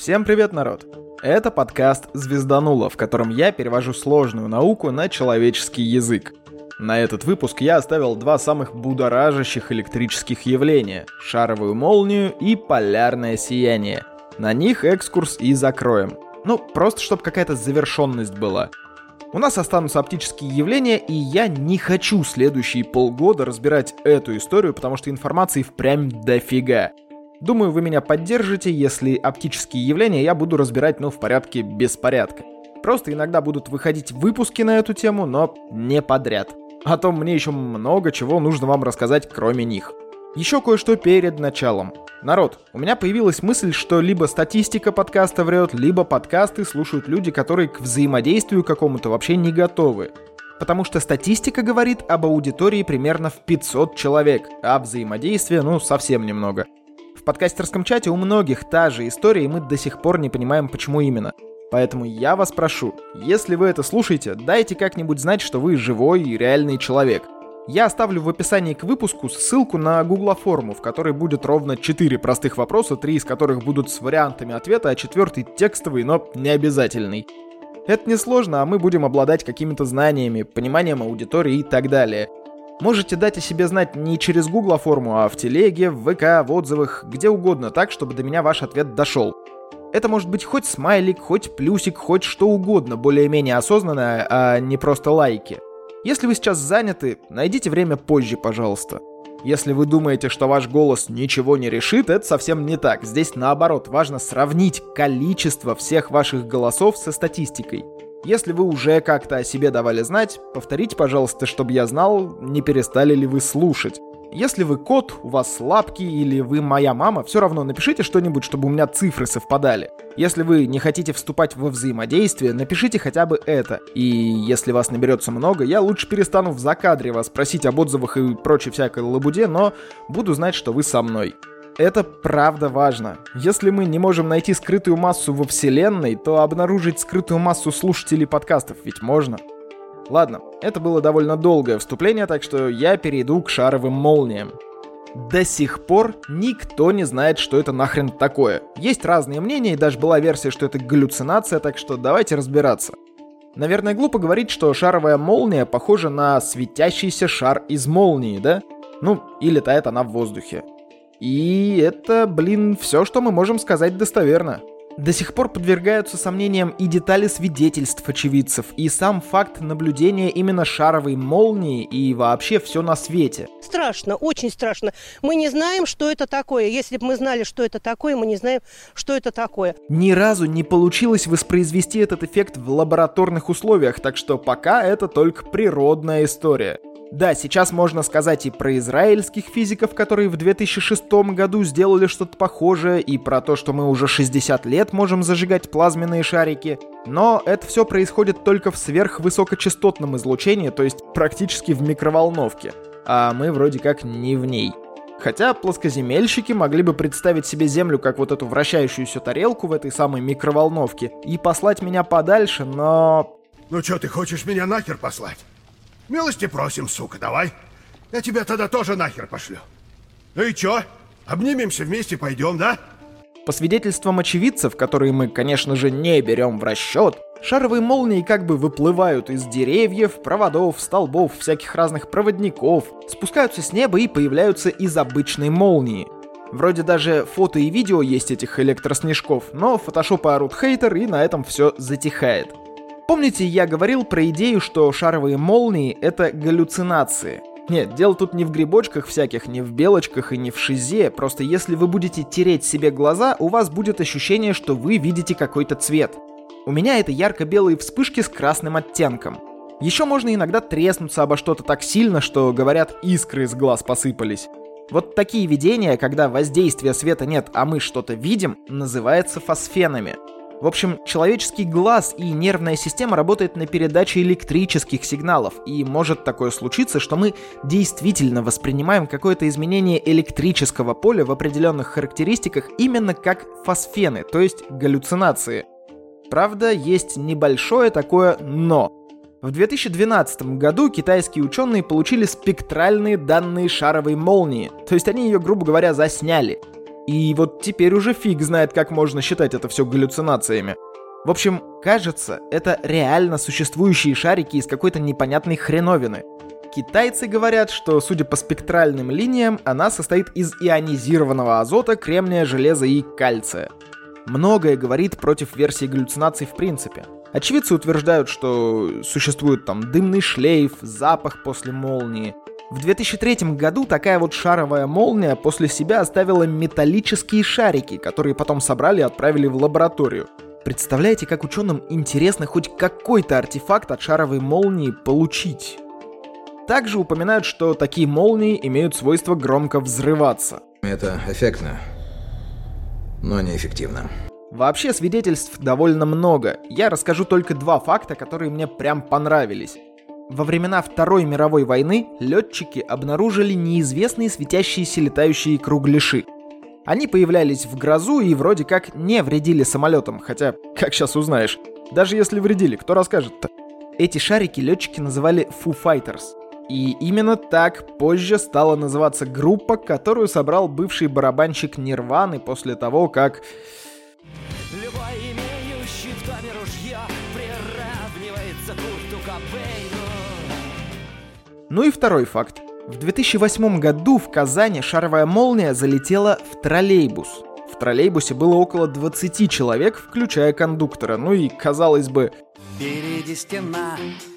Всем привет, народ! Это подкаст «Звездануло», в котором я перевожу сложную науку на человеческий язык. На этот выпуск я оставил два самых будоражащих электрических явления — шаровую молнию и полярное сияние. На них экскурс и закроем. Просто чтобы какая-то завершенность была. У нас останутся оптические явления, и я не хочу следующие полгода разбирать эту историю, потому что информации впрямь дофига. Думаю, вы меня поддержите, если оптические явления я буду разбирать, в порядке беспорядка. Просто иногда будут выходить выпуски на эту тему, но не подряд. А то мне еще много чего нужно вам рассказать, кроме них. Еще кое-что перед началом. Народ, у меня появилась мысль, что либо статистика подкаста врет, либо подкасты слушают люди, которые к взаимодействию какому-то вообще не готовы. Потому что статистика говорит об аудитории примерно в 500 человек, а взаимодействия, совсем немного. В подкастерском чате у многих та же история, и мы до сих пор не понимаем, почему именно. Поэтому я вас прошу, если вы это слушаете, дайте как-нибудь знать, что вы живой и реальный человек. Я оставлю в описании к выпуску ссылку на Google-форму, в которой будет ровно 4 простых вопроса, 3 из которых будут с вариантами ответа, а 4 текстовый, но не обязательный. Это несложно, а мы будем обладать какими-то знаниями, пониманием аудитории и так далее. Можете дать о себе знать не через Google-форму, а в телеге, в ВК, в отзывах, где угодно, так, чтобы до меня ваш ответ дошел. Это может быть хоть смайлик, хоть плюсик, хоть что угодно, более-менее осознанное, а не просто лайки. Если вы сейчас заняты, найдите время позже, пожалуйста. Если вы думаете, что ваш голос ничего не решит, это совсем не так. Здесь наоборот, важно сравнить количество всех ваших голосов со статистикой. Если вы уже как-то о себе давали знать, повторите, пожалуйста, чтобы я знал, не перестали ли вы слушать. Если вы кот, у вас лапки или вы моя мама, все равно напишите что-нибудь, чтобы у меня цифры совпадали. Если вы не хотите вступать во взаимодействие, напишите хотя бы это. И если вас наберется много, я лучше перестану в закадре вас просить об отзывах и прочей всякой лабуде, но буду знать, что вы со мной. Это правда важно. Если мы не можем найти скрытую массу во вселенной, то обнаружить скрытую массу слушателей подкастов ведь можно. Ладно, это было довольно долгое вступление, так что я перейду к шаровым молниям. До сих пор никто не знает, что это нахрен такое. Есть разные мнения, и даже была версия, что это галлюцинация, так что давайте разбираться. Наверное, глупо говорить, что шаровая молния похожа на светящийся шар из молнии, да? И летает она в воздухе. И это, все, что мы можем сказать достоверно. До сих пор подвергаются сомнениям и детали свидетельств очевидцев, и сам факт наблюдения именно шаровой молнии, и вообще все на свете. Страшно, очень страшно. Мы не знаем, что это такое. Если бы мы знали, что это такое, мы не знаем, что это такое. Ни разу не получилось воспроизвести этот эффект в лабораторных условиях, так что пока это только природная история. Да, сейчас можно сказать и про израильских физиков, которые в 2006 году сделали что-то похожее, и про то, что мы уже 60 лет можем зажигать плазменные шарики, но это все происходит только в сверхвысокочастотном излучении, то есть практически в микроволновке, а мы вроде как не в ней. Хотя плоскоземельщики могли бы представить себе Землю как вот эту вращающуюся тарелку в этой самой микроволновке и послать меня подальше, но... Что, ты хочешь меня нахер послать? Милости просим, сука, давай. Я тебя тогда тоже нахер пошлю. И чё? Обнимемся вместе, пойдем, да? По свидетельствам очевидцев, которые мы, конечно же, не берем в расчет, шаровые молнии как бы выплывают из деревьев, проводов, столбов, всяких разных проводников, спускаются с неба и появляются из обычной молнии. Вроде даже фото и видео есть этих электроснежков, но фотошопы орут хейтер, и на этом все затихает. Помните, я говорил про идею, что шаровые молнии — это галлюцинации? Нет, дело тут не в грибочках всяких, не в белочках и не в шизе, просто если вы будете тереть себе глаза, у вас будет ощущение, что вы видите какой-то цвет. У меня это ярко-белые вспышки с красным оттенком. Еще можно иногда треснуться обо что-то так сильно, что, говорят, искры из глаз посыпались. Вот такие видения, когда воздействия света нет, а мы что-то видим, называются фосфенами. В общем, человеческий глаз и нервная система работают на передаче электрических сигналов, и может такое случиться, что мы действительно воспринимаем какое-то изменение электрического поля в определенных характеристиках именно как фосфены, то есть галлюцинации. Правда, есть небольшое такое «но». В 2012 году китайские ученые получили спектральные данные шаровой молнии, то есть они ее, грубо говоря, засняли. И вот теперь уже фиг знает, как можно считать это все галлюцинациями. В общем, кажется, это реально существующие шарики из какой-то непонятной хреновины. Китайцы говорят, что, судя по спектральным линиям, она состоит из ионизированного азота, кремния, железа и кальция. Многое говорит против версии галлюцинаций в принципе. Очевидцы утверждают, что существует там дымный шлейф, запах после молнии. В 2003 году такая вот шаровая молния после себя оставила металлические шарики, которые потом собрали и отправили в лабораторию. Представляете, как ученым интересно хоть какой-то артефакт от шаровой молнии получить? Также упоминают, что такие молнии имеют свойство громко взрываться. Это эффектно, но неэффективно. Вообще свидетельств довольно много. Я расскажу только 2 факта, которые мне прям понравились. Во времена Второй мировой войны летчики обнаружили неизвестные светящиеся летающие кругляши. Они появлялись в грозу и вроде как не вредили самолетам, хотя, как сейчас узнаешь, даже если вредили, кто расскажет-то? Эти шарики летчики называли Foo Fighters. И именно так позже стала называться группа, которую собрал бывший барабанщик Нирваны после того, как... Любой имеющий в доме ружье приравнивается Курту Кобейну. Ну и второй факт. В 2008 году в Казани шаровая молния залетела в троллейбус. В троллейбусе было около 20 человек, включая кондуктора. Ну и, казалось бы... Впереди стена,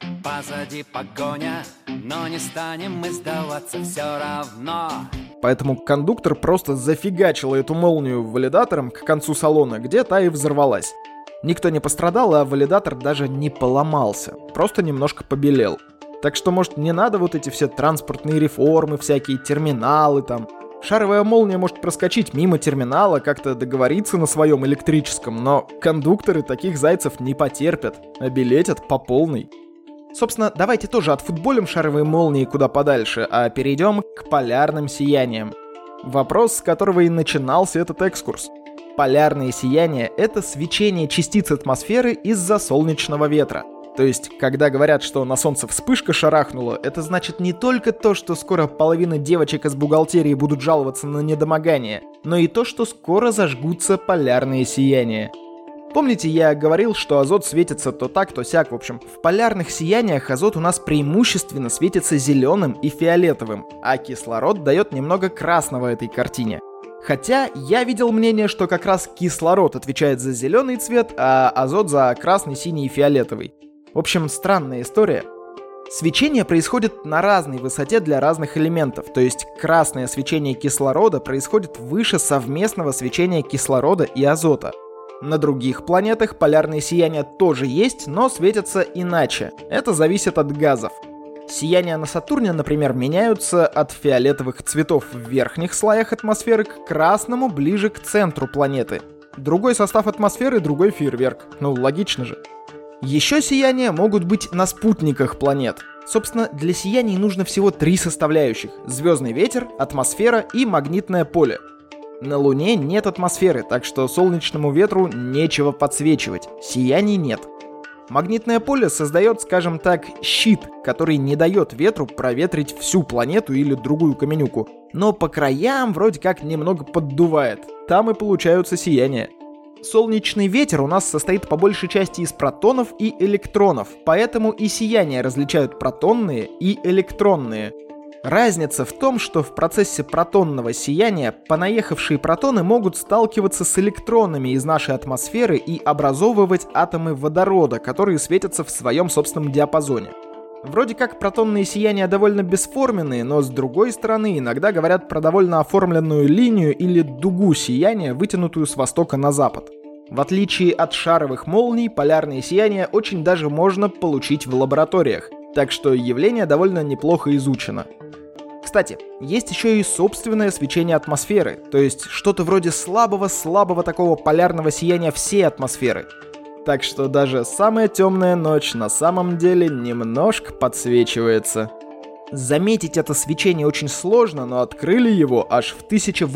позади погоня, но не станем мы сдаваться все равно. Поэтому кондуктор просто зафигачил эту молнию валидатором к концу салона, где та и взорвалась. Никто не пострадал, а валидатор даже не поломался, просто немножко побелел. Так что, может, не надо вот эти все транспортные реформы, всякие терминалы там. Шаровая молния может проскочить мимо терминала, как-то договориться на своем электрическом, но кондукторы таких зайцев не потерпят, обелетят по полной. Собственно, давайте тоже отфутболим шаровые молнии куда подальше, а перейдем к полярным сияниям. Вопрос, с которого и начинался этот экскурс. Полярные сияния — это свечение частиц атмосферы из-за солнечного ветра. То есть, когда говорят, что на солнце вспышка шарахнула, это значит не только то, что скоро половина девочек из бухгалтерии будут жаловаться на недомогание, но и то, что скоро зажгутся полярные сияния. Помните, я говорил, что азот светится то так, то сяк. В общем, в полярных сияниях азот у нас преимущественно светится зеленым и фиолетовым, а кислород дает немного красного этой картине. Хотя я видел мнение, что как раз кислород отвечает за зеленый цвет, а азот за красный, синий и фиолетовый. В общем, странная история. Свечение происходит на разной высоте для разных элементов, то есть красное свечение кислорода происходит выше совместного свечения кислорода и азота. На других планетах полярные сияния тоже есть, но светятся иначе. Это зависит от газов. Сияния на Сатурне, например, меняются от фиолетовых цветов в верхних слоях атмосферы к красному ближе к центру планеты. Другой состав атмосферы, другой фейерверк. Ну, логично же. Еще сияния могут быть на спутниках планет. Собственно, для сияний нужно всего 3 составляющих: звездный ветер, атмосфера и магнитное поле. На Луне нет атмосферы, так что солнечному ветру нечего подсвечивать, сияний нет. Магнитное поле создает, скажем так, щит, который не дает ветру проветрить всю планету или другую каменюку, но по краям вроде как немного поддувает, там и получаются сияния. Солнечный ветер у нас состоит по большей части из протонов и электронов, поэтому и сияния различают протонные и электронные. Разница в том, что в процессе протонного сияния понаехавшие протоны могут сталкиваться с электронами из нашей атмосферы и образовывать атомы водорода, которые светятся в своем собственном диапазоне. Вроде как протонные сияния довольно бесформенные, но с другой стороны иногда говорят про довольно оформленную линию или дугу сияния, вытянутую с востока на запад. В отличие от шаровых молний, полярные сияния очень даже можно получить в лабораториях, так что явление довольно неплохо изучено. Кстати, есть еще и собственное свечение атмосферы, то есть что-то вроде слабого такого полярного сияния всей атмосферы. Так что даже самая темная ночь на самом деле немножко подсвечивается. Заметить это свечение очень сложно, но открыли его аж в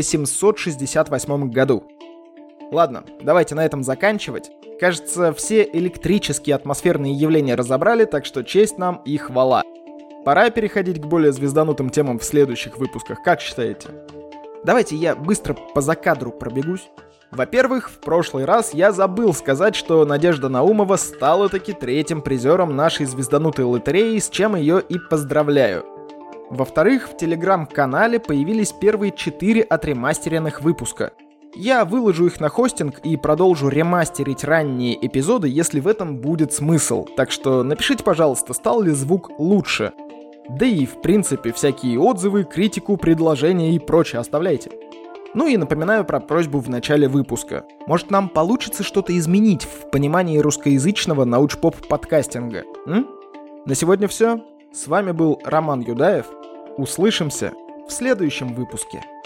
1868 году. Ладно, давайте на этом заканчивать. Кажется, все электрические атмосферные явления разобрали, так что честь нам и хвала. Пора переходить к более звезданутым темам в следующих выпусках, как считаете? Давайте я быстро по закадру пробегусь. Во-первых, в прошлый раз я забыл сказать, что Надежда Наумова стала таки 3-м призером нашей звезданутой лотереи, с чем ее и поздравляю. Во-вторых, в телеграм-канале появились первые 4 отремастеренных выпуска. Я выложу их на хостинг и продолжу ремастерить ранние эпизоды, если в этом будет смысл. Так что напишите, пожалуйста, стал ли звук лучше. Да и, в принципе, всякие отзывы, критику, предложения и прочее оставляйте. Ну и напоминаю про просьбу в начале выпуска. Может, нам получится что-то изменить в понимании русскоязычного научпоп-подкастинга? На сегодня все. С вами был Роман Юдаев. Услышимся в следующем выпуске.